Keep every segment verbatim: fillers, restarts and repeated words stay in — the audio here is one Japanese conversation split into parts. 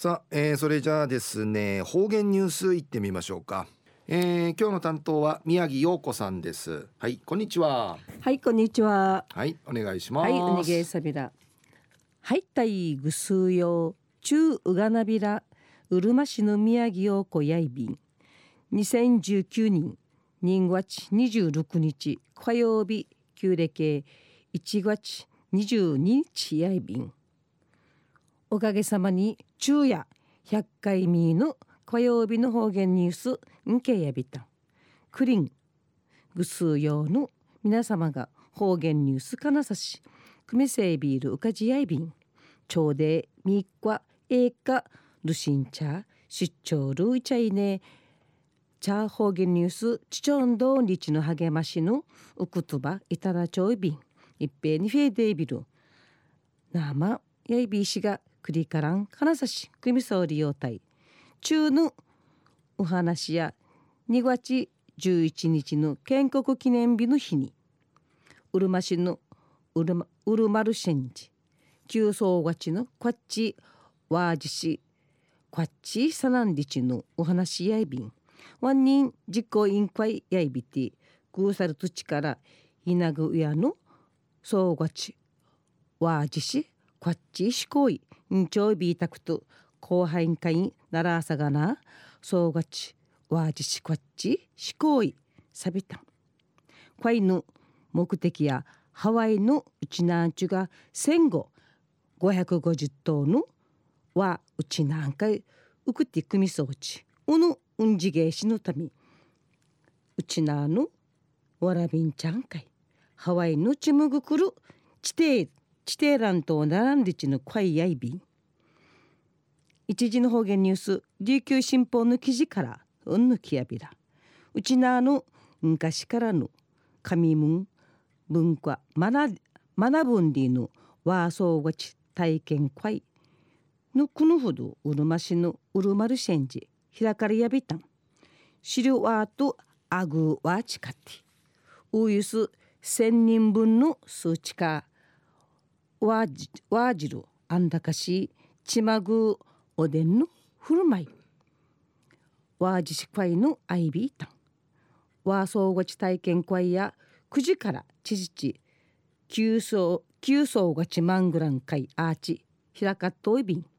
さあ、えー、それじゃあですね、方言ニュースいってみましょうか。えー、今日の担当は宮城陽子さんです。はい、こんにちは。 はい、こんにちは。 はい、お願いしはい、おにげます。 さびら。はい、たいぐすうよう、中うがなびら、うるま市の宮城陽子やいびん。にせんじゅうきゅうねんにがつにじゅうろくにち火曜日、旧暦いちがつにじゅうににちやいびん。おかげさまに昼夜ひゃっかいみの火曜日の方言ニュースんけやびたん。クリンぐすうようの皆様が方言ニュースかなさしくみせいビールうかじやいびんちょうでみっかえいかルシンチャ出張ルーチャイネチャー方言ニュースちちょんどんりちの励ましのうくとばいただちょいびんいっぺいにフェーデービルなまやいびいしがくりからんかなさしくみそうりようたい中のお話やにがつじゅういちにちの建国記念日の日にうるま市のうるま、うるまるしんじ旧総勝ちのこっちわーじしこっちさなんりちのお話やいびんワンニン実行委員会やいびてグーサル土地からいなぐやの総勝ちわーじしこっちしこいんちょいびいたくと後輩委員会ならさがな総勝ちわーじしこっちしこいさびたんこいの目的やハワイのうちなんちゅが戦後ごひゃくごじゅっとうのはうちなんかいうくって組みそうちうのうんじげいしのためうちなのわらびんちゃんかいハワイのちむぐくるちてちてらんとならんでちのこいやいびん一時の方言ニュース琉球新報の記事からうんぬきやびらうちなの昔からの神文文化学学ぶんりのわーそうがち体験会のくのほどうるま市のうるまるしんじ開かれやびたん資料ワーとあぐわちかっておゆすせんにんぶんの数値化わじわじるあんだかしちまぐおでんのふるまいわじし会のあいびいたんわーそうがち体験会やくじからちじち急走急走がちまんぐらん会アーチ開かっといびん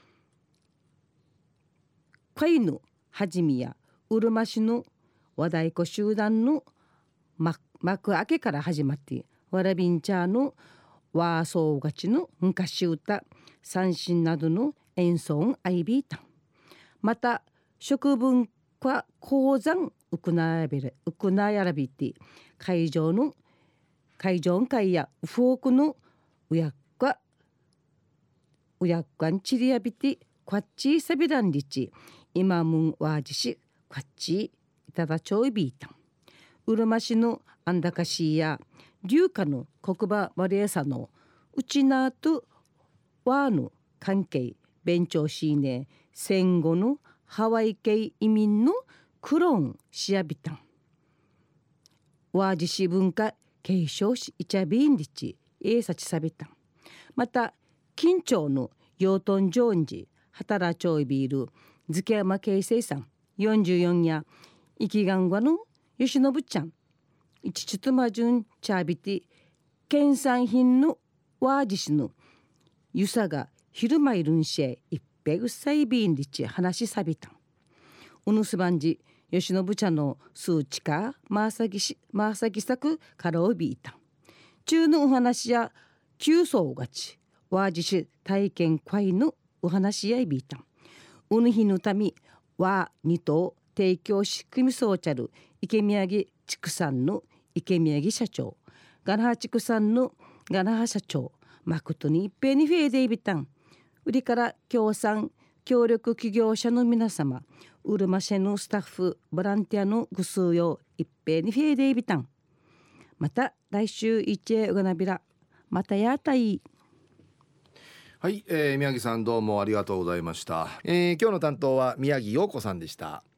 会のはじみやうるま市の和太鼓集団の幕開けから始まってわらびんちゃーのわーそうがちの昔歌三振などの演奏んあいびいたんまた食文化講座うくなやびれうくなやらびて会場の会場会やフォークのうやっかうやっかんちりやびてこっちさびらんりち今むんわじしこっちいただちょいびいたんうるま市のあんだかしや龍華の国馬マリエサのうちなとわの関係勉強しね戦後のハワイ系移民のクローンしやびたんわじし文化継承しいちゃびんりちえいさちさびたんまた近町の養豚場んじ働ちょいビール漬山慶生さんよんじゅうよんや生きがんわの吉信ちゃんいちちつまじゅんちゃびて県産品のわじしのゆさが昼まいるんしえいっぺぐさいびんりち話しさびたんおぬすばんじ吉信ちゃんの数値かまさぎしまさぎさくからおびいたん中のお話や急走がちわじし体験会のお話やいびいたんうぬひのためわにと提供し組みそうちゃる池宮城畜産の池宮城社長ガナハ畜産のガナハ社長マクトに一平にフェーデイビタン売りから協賛協力企業者の皆様うるま市のスタッフボランティアのぐすうよ一平にフェーデイビタンまた来週いちえうがなびらまたやたいはい、えー、宮城さんどうもありがとうございました。えー、今日の担当は宮城陽子さんでした。